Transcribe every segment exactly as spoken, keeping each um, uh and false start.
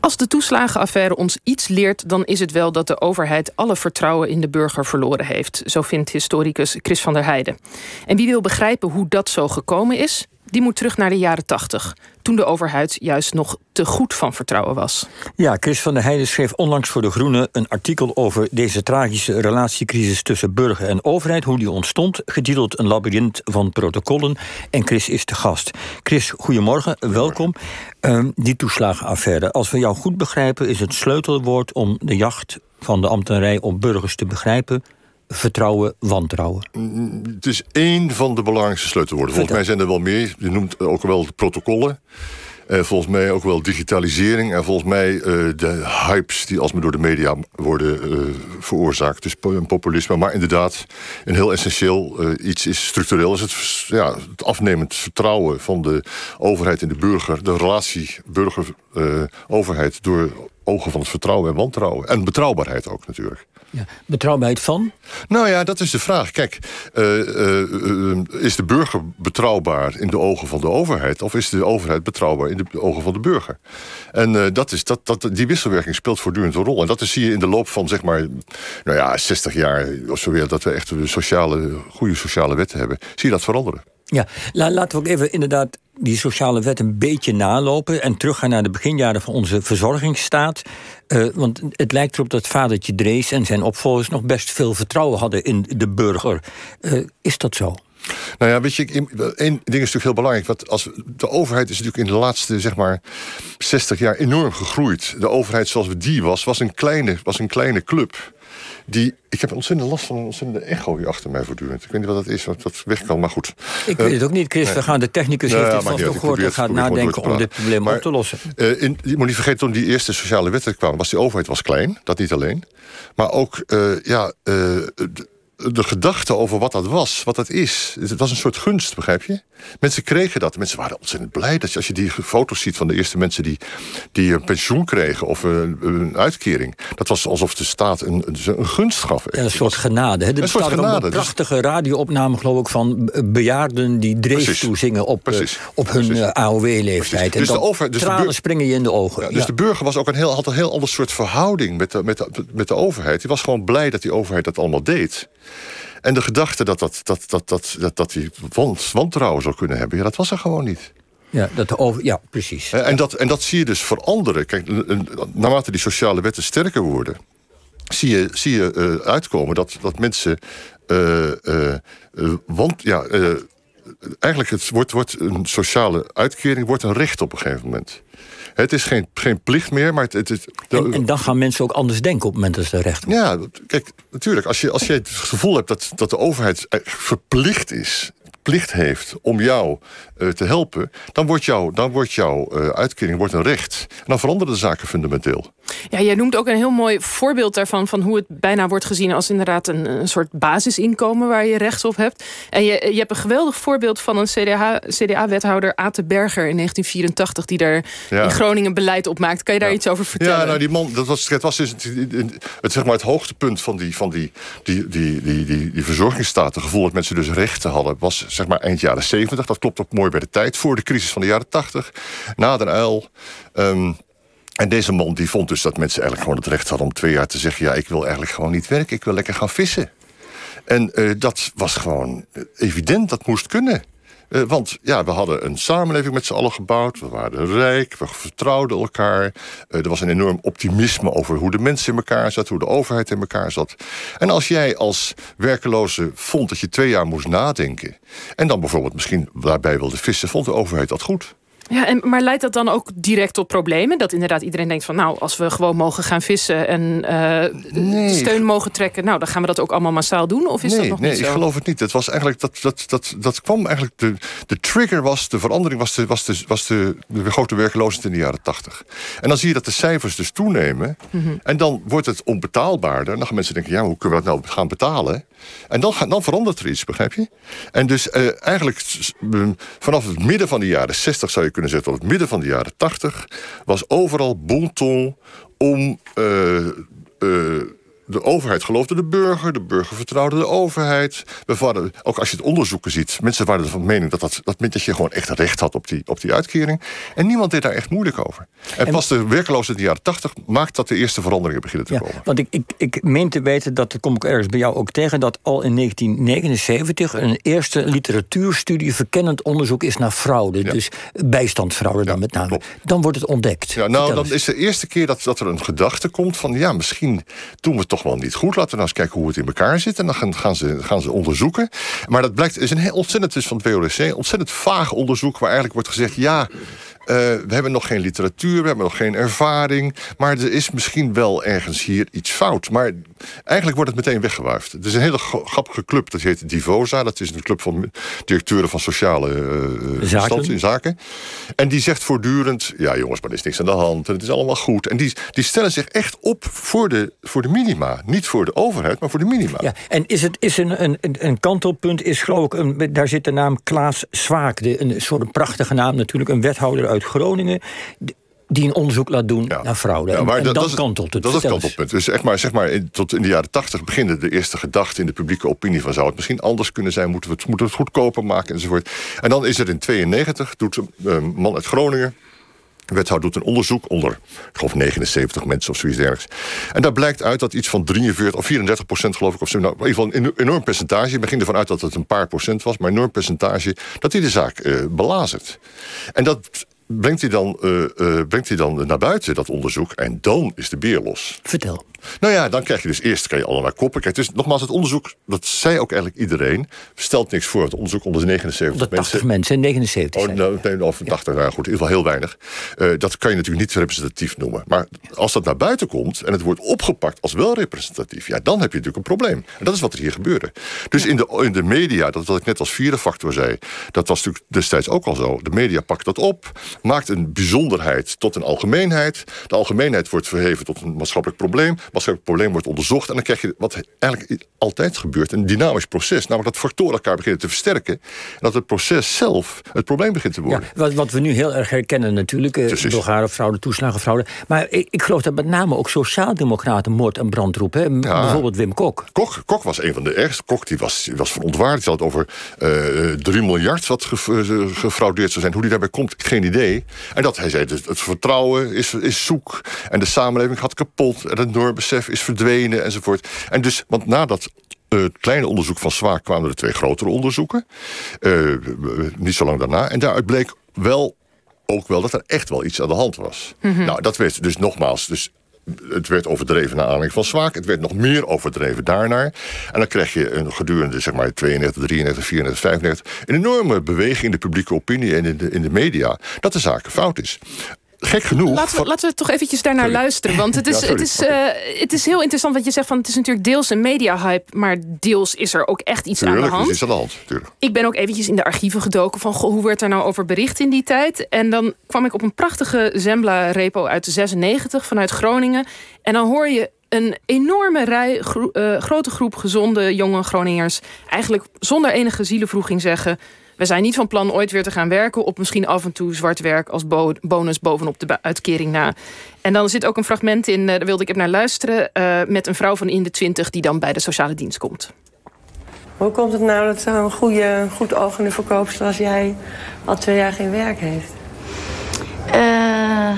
Als de toeslagenaffaire ons iets leert, dan is het wel dat de overheid alle vertrouwen in de burger verloren heeft. Zo vindt historicus Chris van der Heijden. En wie wil begrijpen hoe dat zo gekomen is, die moet terug naar de jaren tachtig. Toen de overheid juist nog te goed van vertrouwen was. Ja, Chris van der Heijden schreef onlangs voor De Groene een artikel over deze tragische relatiecrisis tussen burger en overheid, hoe die ontstond, getiteld Een labyrint van protocollen. En Chris is de gast. Chris, goedemorgen, welkom. Uh, die toeslagenaffaire, als we jou goed begrijpen, is het sleutelwoord om de jacht van de ambtenarij op burgers te begrijpen: vertrouwen, wantrouwen. Het is één van de belangrijkste sleutelwoorden. Volgens mij zijn er wel meer. Je noemt ook wel de protocollen. Uh, volgens mij ook wel digitalisering. En volgens mij uh, de hypes die alsmaar door de media worden uh, veroorzaakt. Dus populisme. Maar inderdaad, een heel essentieel uh, iets is structureel. Is het, ja, het afnemend vertrouwen van de overheid in de burger. De relatie burger-overheid uh, door ogen van het vertrouwen en wantrouwen. En betrouwbaarheid ook natuurlijk. Ja, betrouwbaarheid van? Nou ja, dat is de vraag. Kijk, uh, uh, uh, is de burger betrouwbaar in de ogen van de overheid, of is de overheid betrouwbaar in de ogen van de burger? En uh, dat is, dat, dat, die wisselwerking speelt voortdurend een rol. En dat is, zie je in de loop van, zeg maar, nou ja, zestig jaar of zo weer, dat we echt sociale, goede sociale wetten hebben. Zie je dat veranderen? Ja, laten we ook even inderdaad die sociale wet een beetje nalopen en teruggaan naar de beginjaren van onze verzorgingsstaat. Uh, want het lijkt erop dat vadertje Drees en zijn opvolgers nog best veel vertrouwen hadden in de burger. Uh, is dat zo? Nou ja, weet je, één ding is natuurlijk heel belangrijk. Want als, de overheid is natuurlijk in de laatste, zeg maar, zestig jaar enorm gegroeid. De overheid zoals we die was, was een kleine, was een kleine club. Die, ik heb ontzettend last van een ontzettende echo hier achter mij voortdurend. Ik weet niet wat dat is, wat dat weg kan, maar goed. Ik weet het ook niet, Chris. Nee. We gaan de technicus heeft ja, dit vast ook gehoord en gaat nadenken om dit probleem maar, op te lossen. Uh, in, je moet niet vergeten, toen die eerste sociale wetten kwamen, was die overheid was klein, dat niet alleen. Maar ook, uh, ja... Uh, de, de gedachte over wat dat was, wat dat is. Het was een soort gunst, begrijp je? Mensen kregen dat. Mensen waren ontzettend blij. Dat je, als je die foto's ziet van de eerste mensen die, die een pensioen kregen of een, een uitkering. Dat was alsof de staat een, een, een gunst gaf. Ja, een soort genade. Hè? Er een soort genade. Een prachtige dus radio-opname, geloof ik, van bejaarden die Drees toezingen op, uh, op hun uh, A O W-leeftijd. En dus dan de over, dus tranen de springen je in de ogen. Ja, dus ja. de burger was ook een heel, had een heel ander soort verhouding met de, met, de, met de overheid. Die was gewoon blij dat die overheid dat allemaal deed. En de gedachte dat, dat, dat, dat, dat, dat, dat die wantrouwen zou kunnen hebben, ja, dat was er gewoon niet. Ja, dat de over, ja, precies. En dat, en dat zie je dus veranderen. Kijk, naarmate die sociale wetten sterker worden, zie je, zie je uh, uitkomen dat, dat mensen. Uh, uh, uh, want, ja, uh, eigenlijk het wordt, wordt een sociale uitkering wordt een recht op een gegeven moment. Het is geen, geen plicht meer, maar het... het, het de, en, en dan gaan mensen ook anders denken op het moment dat ze recht hebben. Ja, kijk, natuurlijk. Als je, als je het gevoel hebt dat, dat de overheid verplicht is, plicht heeft om jou uh, te helpen, dan wordt, jou, dan wordt jouw uh, uitkering wordt een recht. En dan veranderen de zaken fundamenteel. Ja, jij noemt ook een heel mooi voorbeeld daarvan, van hoe het bijna wordt gezien als inderdaad een, een soort basisinkomen waar je recht op hebt. En je, je hebt een geweldig voorbeeld van een C D A-wethouder, Ate Berger, in negentien vierentachtig, die daar ja. in Groningen beleid op maakt. Kan je daar ja. iets over vertellen? Ja, nou die man, dat was, het was dus het, het, het, zeg maar het hoogtepunt van die, van die, die, die, die, die, die verzorgingsstaat. Het gevoel dat mensen dus rechten hadden, was zeg maar eind jaren zeventig. Dat klopt ook mooi bij de tijd, voor de crisis van de jaren tachtig. Na Den Uyl. Um, En deze man die vond dus dat mensen eigenlijk gewoon het recht hadden om twee jaar te zeggen, ja, ik wil eigenlijk gewoon niet werken, ik wil lekker gaan vissen. En uh, dat was gewoon evident, dat moest kunnen. Uh, want ja, we hadden een samenleving met z'n allen gebouwd, we waren rijk, we vertrouwden elkaar. Uh, er was een enorm optimisme over hoe de mensen in elkaar zaten, hoe de overheid in elkaar zat. En als jij als werkeloze vond dat je twee jaar moest nadenken, en dan bijvoorbeeld misschien daarbij wilde vissen, vond de overheid dat goed. Ja, en, maar leidt dat dan ook direct tot problemen? Dat inderdaad iedereen denkt van, nou, als we gewoon mogen gaan vissen en uh, nee. steun mogen trekken, nou, dan gaan we dat ook allemaal massaal doen? Of is nee, dat nog nee, niet zo? Nee, ik geloof het niet. Het was eigenlijk, dat, dat, dat, dat kwam eigenlijk, de, de trigger was, de verandering was, de, was, de, was de, de grote werkloosheid in de jaren tachtig. En dan zie je dat de cijfers dus toenemen. Mm-hmm. En dan wordt het onbetaalbaarder. En dan gaan mensen denken, ja, hoe kunnen we dat nou gaan betalen? En dan, dan verandert er iets, begrijp je? En dus uh, eigenlijk vanaf het midden van de jaren zestig, zou je kunnen zeggen, tot het midden van de jaren tachtig, was overal bon ton om uh, uh, de overheid geloofde de burger, de burger vertrouwde de overheid. We hadden, ook als je het onderzoeken ziet, mensen waren van mening dat, dat, dat, dat je gewoon echt recht had op die, op die uitkering. En niemand deed daar echt moeilijk over. En, en pas de werkloosheid in de jaren tachtig maakt dat de eerste veranderingen beginnen te ja, komen. Want ik, ik, ik meen te weten, dat kom ik ergens bij jou ook tegen, dat al in negentien negenenzeventig een eerste literatuurstudie verkennend onderzoek is naar fraude. Ja. Dus bijstandsfraude dan ja, met name. Klopt. Dan wordt het ontdekt. Ja, nou, dan is de eerste keer dat, dat er een gedachte komt van ja, misschien doen we het toch wel niet goed. Laten we nou eens kijken hoe het in elkaar zit. En dan gaan, gaan, ze, gaan ze onderzoeken. Maar dat blijkt, is een heel ontzettend, het is van het W O D C, ontzettend vaag onderzoek waar eigenlijk wordt gezegd, ja, Uh, we hebben nog geen literatuur, we hebben nog geen ervaring, maar er is misschien wel ergens hier iets fout. Maar eigenlijk wordt het meteen weggewuifd. Het is een hele grappige club, dat heet Divosa. Dat is een club van directeuren van sociale uh, zaken. In zaken. En die zegt voortdurend, ja jongens, maar er is niks aan de hand en het is allemaal goed. En die, die stellen zich echt op voor de, voor de minima. Niet voor de overheid, maar voor de minima. Ja, en is het is een, een, een kantelpunt, is geloof ik, een, daar zit de naam Klaas Zwaak, de, een soort een prachtige naam natuurlijk, een wethouder uit uit Groningen, die een onderzoek laat doen ja. naar fraude. Ja, en, en dat, dan kantelt het. Dat is het kantelpunt. Dus echt maar, zeg maar, in, tot in de jaren tachtig beginnen de eerste gedachten in de publieke opinie van zou het misschien anders kunnen zijn, moeten we het, moeten we het goedkoper maken enzovoort. En dan is er in tweeënnegentig, doet een uh, man uit Groningen, de wethouder doet een onderzoek onder, ik geloof negenenzeventig mensen of zoiets dergelijks. En daar blijkt uit dat iets van drieënveertig of vierendertig procent geloof ik, of zo, nou, in ieder geval een enorm percentage, we gingen ervan uit dat het een paar procent was, maar een enorm percentage, dat hij de zaak uh, belazert. En dat brengt hij dan, uh, uh, brengt hij dan naar buiten, dat onderzoek, en dan is de beer los. Vertel. Nou ja, dan krijg je dus eerst krijg je allemaal koppen. Kijk, dus nogmaals, het onderzoek, dat zei ook eigenlijk iedereen, stelt niks voor. Het onderzoek onder de negenenzeventig mensen. mensen, negenenzeventig. Oh, nou, nee, of tachtig, nou goed, in ieder geval heel weinig. Uh, dat kan je natuurlijk niet representatief noemen. Maar als dat naar buiten komt en het wordt opgepakt als wel representatief, ja, dan heb je natuurlijk een probleem. En dat is wat er hier gebeurde. Dus ja. in, de, in de media, dat wat ik net als vierde factor zei, dat was natuurlijk destijds ook al zo. De media pakt dat op, maakt een bijzonderheid tot een algemeenheid. De algemeenheid wordt verheven tot een maatschappelijk probleem. Maatschappelijk probleem wordt onderzocht. En dan krijg je wat eigenlijk altijd gebeurt, een dynamisch proces. Namelijk dat factoren elkaar beginnen te versterken. En dat het proces zelf het probleem begint te worden. Ja, wat, wat we nu heel erg herkennen natuurlijk. Uh, Bulgarenfraude, toeslagenfraude. Maar ik, ik geloof dat met name ook sociaaldemocraten moord en brand roepen. Hè? Ja. Bijvoorbeeld Wim Kok. Kok. Kok was een van de ergste. Kok die was, die was verontwaardigd. Die had over uh, drie miljard wat ge, gefraudeerd zou zijn. Hoe die daarbij komt, geen idee. En dat hij zei, het, het vertrouwen is, is zoek. En de samenleving gaat kapot. En het normbesef is verdwenen enzovoort. En dus, want na dat uh, kleine onderzoek van Zwaak kwamen er twee grotere onderzoeken. Uh, niet zo lang daarna. En daaruit bleek wel ook wel dat er echt wel iets aan de hand was. Mm-hmm. Nou, dat werd dus nogmaals, dus het werd overdreven naar aanleiding van Zwaak. Het werd nog meer overdreven daarnaar. En dan krijg je een gedurende, zeg maar, tweeënnegentig, drieënnegentig, vierennegentig, vijfennegentig... een enorme beweging in de publieke opinie en in de, in de media dat de zaak fout is. Gek genoeg. Laten we, laten we toch eventjes daarnaar sorry. luisteren. Want het is, ja, het, is, uh, het is heel interessant wat je zegt. Van, het is natuurlijk deels een media-hype, maar deels is er ook echt iets tuurlijk, aan de hand. Er is iets aan de hand, tuurlijk. Ik ben ook eventjes in de archieven gedoken van goh, hoe werd er nou over bericht in die tijd. En dan kwam ik op een prachtige Zembla-repo uit zesennegentig vanuit Groningen. En dan hoor je een enorme rij, gro- uh, grote groep gezonde jonge Groningers eigenlijk zonder enige zielevroeging zeggen: we zijn niet van plan ooit weer te gaan werken op misschien af en toe zwart werk als bo- bonus bovenop de uitkering na. En dan zit ook een fragment in, uh, daar wilde ik even naar luisteren, uh, met een vrouw van in de twintig die dan bij de sociale dienst komt. Hoe komt het nou dat zo'n goede, goed ogende verkoopster als jij al twee jaar geen werk heeft? Uh,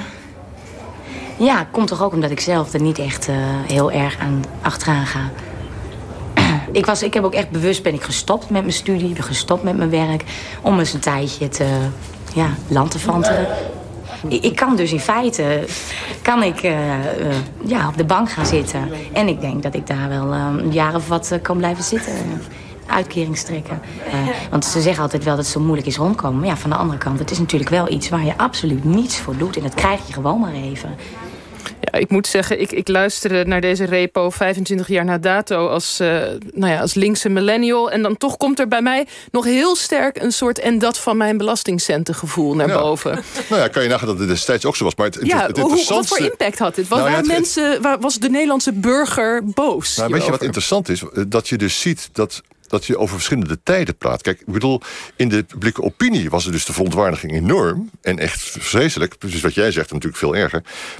ja, komt toch ook omdat ik zelf er niet echt uh, heel erg aan achteraan ga. Ik, was, ik heb ook echt bewust ben ik gestopt met mijn studie, ben gestopt met mijn werk, om eens een tijdje te, ja, land te vantelen. Ik, ik kan dus in feite kan ik, uh, uh, ja, op de bank gaan zitten. En ik denk dat ik daar wel uh, een jaar of wat uh, kan blijven zitten. Uitkering strekken. Uh, want ze zeggen altijd wel dat het zo moeilijk is rondkomen. Maar ja, van de andere kant, het is natuurlijk wel iets waar je absoluut niets voor doet. En dat krijg je gewoon maar even. Ja, ik moet zeggen, ik, ik luisterde naar deze repo vijfentwintig jaar na dato als, uh, nou ja, als linkse millennial. En dan toch komt er bij mij nog heel sterk een soort en dat van mijn belastingcentengevoel naar ja. boven. Nou ja, kan je nagaan dat het destijds ook zo was. Maar het, het, ja, het hoe, wat voor impact had dit? Was, nou, ja, het, mensen, waar, was de Nederlandse burger boos? Nou, weet je wat interessant is? Dat je dus ziet dat dat je over verschillende tijden praat. Kijk, ik bedoel, in de publieke opinie was er dus de verontwaardiging enorm en echt vreselijk. Dus wat jij zegt natuurlijk veel erger. Maar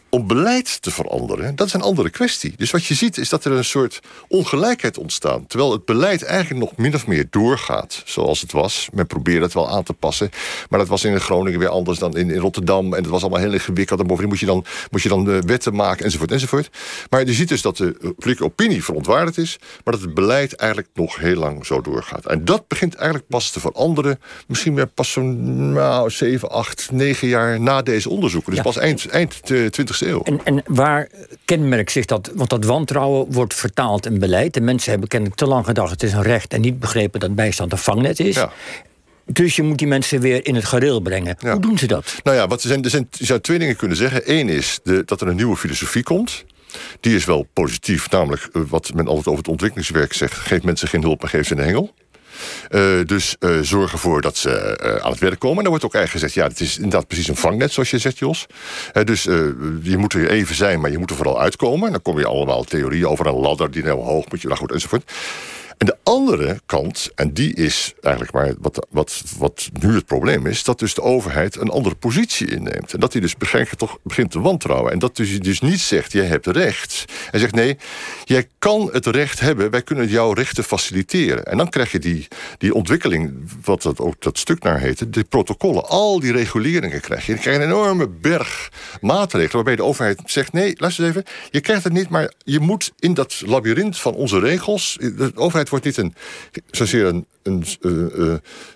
om beleid te veranderen, dat is een andere kwestie. Dus wat je ziet is dat er een soort ongelijkheid ontstaat. Terwijl het beleid eigenlijk nog min of meer doorgaat zoals het was. Men probeerde het wel aan te passen. Maar dat was in Groningen weer anders dan in, in Rotterdam. En het was allemaal heel ingewikkeld. En bovendien moet je dan, moet je dan uh, wetten maken enzovoort enzovoort. Maar je ziet dus dat de publieke opinie verontwaardigd is. Maar dat het beleid eigenlijk nog heel lang zo doorgaat. En dat begint eigenlijk pas te veranderen. Misschien weer pas zo'n nou, zeven, acht, negen jaar na deze onderzoeken. Dus ja. pas eind, eind twintigste eeuw. En, en waar kenmerkt zich dat? Want dat wantrouwen wordt vertaald in beleid. De mensen hebben kennelijk te lang gedacht, het is een recht, en niet begrepen dat bijstand een vangnet is. Ja. Dus je moet die mensen weer in het gareel brengen. Ja. Hoe doen ze dat? Nou ja, wat er, zijn, er, zijn, er zijn twee dingen kunnen zeggen. Eén is de, dat er een nieuwe filosofie komt. Die is wel positief. Namelijk wat men altijd over het ontwikkelingswerk zegt. Geef mensen geen hulp, maar geef ze een hengel. Uh, dus uh, zorg ervoor dat ze uh, aan het werk komen. En dan wordt ook eigenlijk gezegd, ja, het is inderdaad precies een vangnet, zoals je zegt, Jos. Uh, dus uh, je moet er even zijn, maar je moet er vooral uitkomen. En dan kom je allemaal theorieën over een ladder die heel hoog moet je, nou goed, enzovoort. En de andere kant, en die is eigenlijk maar wat, wat, wat nu het probleem is, dat dus de overheid een andere positie inneemt. En dat hij dus begint, toch begint te wantrouwen. En dat dus, dus niet zegt, jij hebt recht. Hij zegt, nee, jij kan het recht hebben, wij kunnen jouw rechten faciliteren. En dan krijg je die, die ontwikkeling, wat dat ook dat stuk naar heette, de protocollen, al die reguleringen krijg je. Je krijgt een enorme berg maatregelen, waarbij de overheid zegt, nee, luister eens even, je krijgt het niet, maar je moet in dat labyrint van onze regels, de overheid wordt niet een, zozeer een, een uh, uh,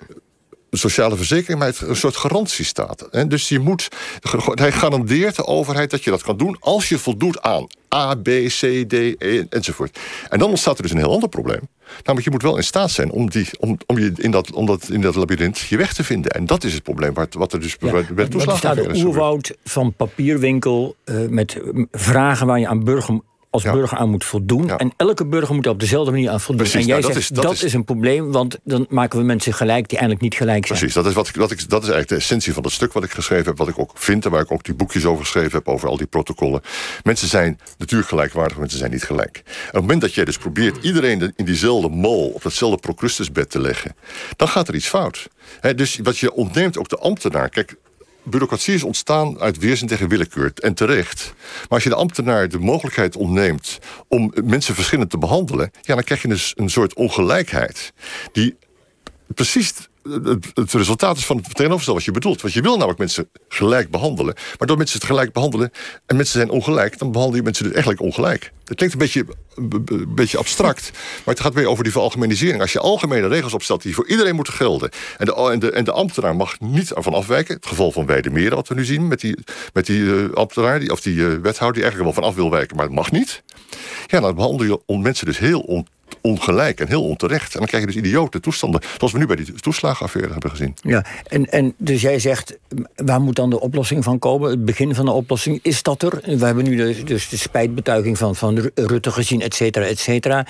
sociale verzekering, maar het een soort garantie staat. En dus je moet, hij garandeert de overheid dat je dat kan doen als je voldoet aan A, B, C, D, E enzovoort. En dan ontstaat er dus een heel ander probleem. Namelijk, je moet wel in staat zijn om, die, om, om je in dat, om dat, in dat labyrint je weg te vinden. En dat is het probleem wat, wat er dus ja, bij de toeslagen is. Er staat een oerwoud van papierwinkel uh, met vragen waar je aan burger als ja. burger aan moet voldoen. Ja. En elke burger moet op dezelfde manier aan voldoen. Precies, en jij nou, zegt, dat, is, dat, dat is, is een probleem, want dan maken we mensen gelijk die eigenlijk niet gelijk zijn. Precies, dat is, wat ik, wat ik, dat is eigenlijk de essentie van het stuk wat ik geschreven heb, wat ik ook vind en waar ik ook die boekjes over geschreven heb, over al die protocollen. Mensen zijn natuurlijk gelijkwaardig, mensen zijn niet gelijk. En op het moment dat jij dus probeert iedereen in diezelfde mol, op datzelfde Procrustusbed te leggen, dan gaat er iets fout. He, dus wat je ontneemt ook de ambtenaar. Kijk, bureaucratie is ontstaan uit weerzin tegen willekeur. En terecht. Maar als je de ambtenaar de mogelijkheid ontneemt om mensen verschillend te behandelen, ja, dan krijg je dus een soort ongelijkheid. Die precies het, het resultaat is van het tegenovergestelde wat je bedoelt. Want je wil namelijk mensen gelijk behandelen. Maar door mensen het gelijk behandelen en mensen zijn ongelijk, dan behandel je mensen dus eigenlijk ongelijk. Dat klinkt een beetje, een beetje abstract, maar het gaat weer over die veralgemenisering. Als je algemene regels opstelt die voor iedereen moeten gelden en de, en de, en de ambtenaar mag niet ervan afwijken, het geval van Weidemeren wat we nu zien met die, met die uh, ambtenaar, die, of die uh, wethouder die eigenlijk wel van af wil wijken, maar het mag niet. Ja, dan behandel je on, mensen dus heel on, ongelijk en heel onterecht. En dan krijg je dus idiote toestanden, zoals we nu bij die toeslagenaffaire hebben gezien. Ja, en, en dus jij zegt, waar moet dan de oplossing van komen? Het begin van de oplossing, is dat er? We hebben nu dus, dus de spijtbetuiging van, van Rutte gezien, et cetera, et cetera.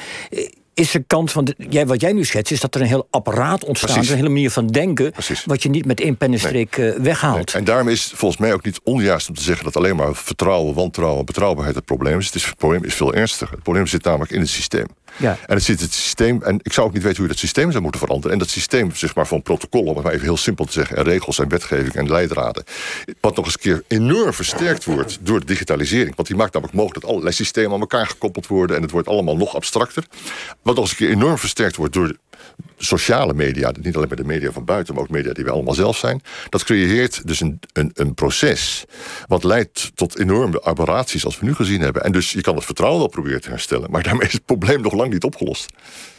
Is er kans van, de, jij, wat jij nu schetst, is dat er een heel apparaat ontstaat, Precies. een hele manier van denken, Precies. wat je niet met één pennenstreek nee. uh, weghaalt. Nee. En daarom is het volgens mij ook niet onjuist om te zeggen dat alleen maar vertrouwen, wantrouwen, betrouwbaarheid het probleem is. Het, is, het probleem is veel ernstiger. Het probleem zit namelijk in het systeem. Ja. En het zit het systeem, en ik zou ook niet weten hoe je dat systeem zou moeten veranderen. En dat systeem, zeg maar, van protocollen, om het maar even heel simpel te zeggen, en regels en wetgeving en leidraden, wat nog eens een keer enorm versterkt wordt door de digitalisering. Want die maakt namelijk mogelijk dat allerlei systemen aan elkaar gekoppeld worden en het wordt allemaal nog abstracter. Wat nog eens een keer enorm versterkt wordt door de sociale media, niet alleen maar de media van buiten, maar ook media die wij allemaal zelf zijn. Dat creëert dus een, een, een proces wat leidt tot enorme aberraties als we nu gezien hebben. En dus je kan het vertrouwen wel proberen te herstellen, maar daarmee is het probleem nog lang niet opgelost.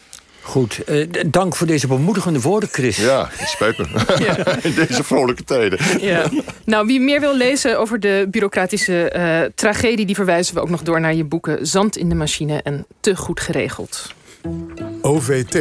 Goed, uh, dank voor deze bemoedigende woorden, Chris. Ja, het spijt me. Ja. In deze vrolijke tijden. Ja. Nou, wie meer wil lezen over de bureaucratische uh, tragedie, die verwijzen we ook nog door naar je boeken Zand in de machine en Te goed geregeld. O V T